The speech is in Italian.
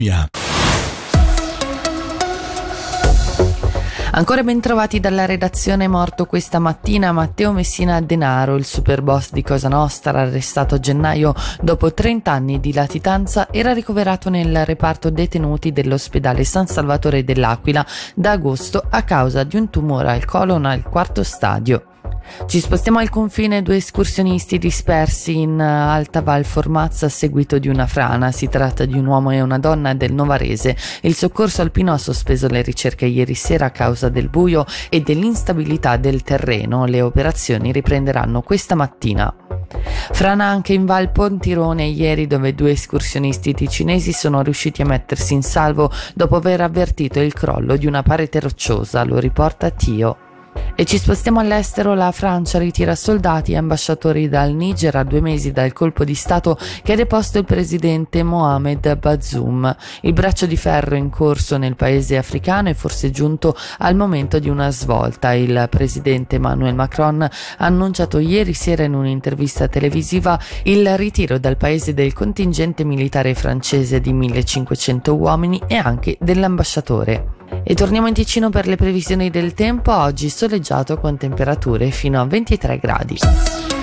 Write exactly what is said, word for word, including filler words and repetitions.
Yeah. Ancora ben trovati dalla redazione. Morto questa mattina Matteo Messina Denaro, il super boss di Cosa Nostra, arrestato a gennaio dopo trenta anni di latitanza, era ricoverato nel reparto detenuti dell'ospedale San Salvatore dell'Aquila da agosto a causa di un tumore al colon al quarto stadio. Ci spostiamo al confine. Due escursionisti dispersi in Alta Val Formazza a seguito di una frana. Si tratta di un uomo e una donna del Novarese. Il soccorso alpino ha sospeso le ricerche ieri sera a causa del buio e dell'instabilità del terreno. Le operazioni riprenderanno questa mattina. Frana anche in Val Pontirone ieri, dove due escursionisti ticinesi sono riusciti a mettersi in salvo dopo aver avvertito il crollo di una parete rocciosa. Lo riporta Tio. E ci spostiamo all'estero. La Francia ritira soldati e ambasciatori dal Niger a due mesi dal colpo di stato che ha deposto il presidente Mohamed Bazoum. Il braccio di ferro in corso nel paese africano è forse giunto al momento di una svolta. Il presidente Emmanuel Macron ha annunciato ieri sera in un'intervista televisiva il ritiro dal paese del contingente militare francese di millecinquecento uomini e anche dell'ambasciatore. E torniamo in Ticino per le previsioni del tempo. Oggi soleggiato con temperature fino a ventitré gradi.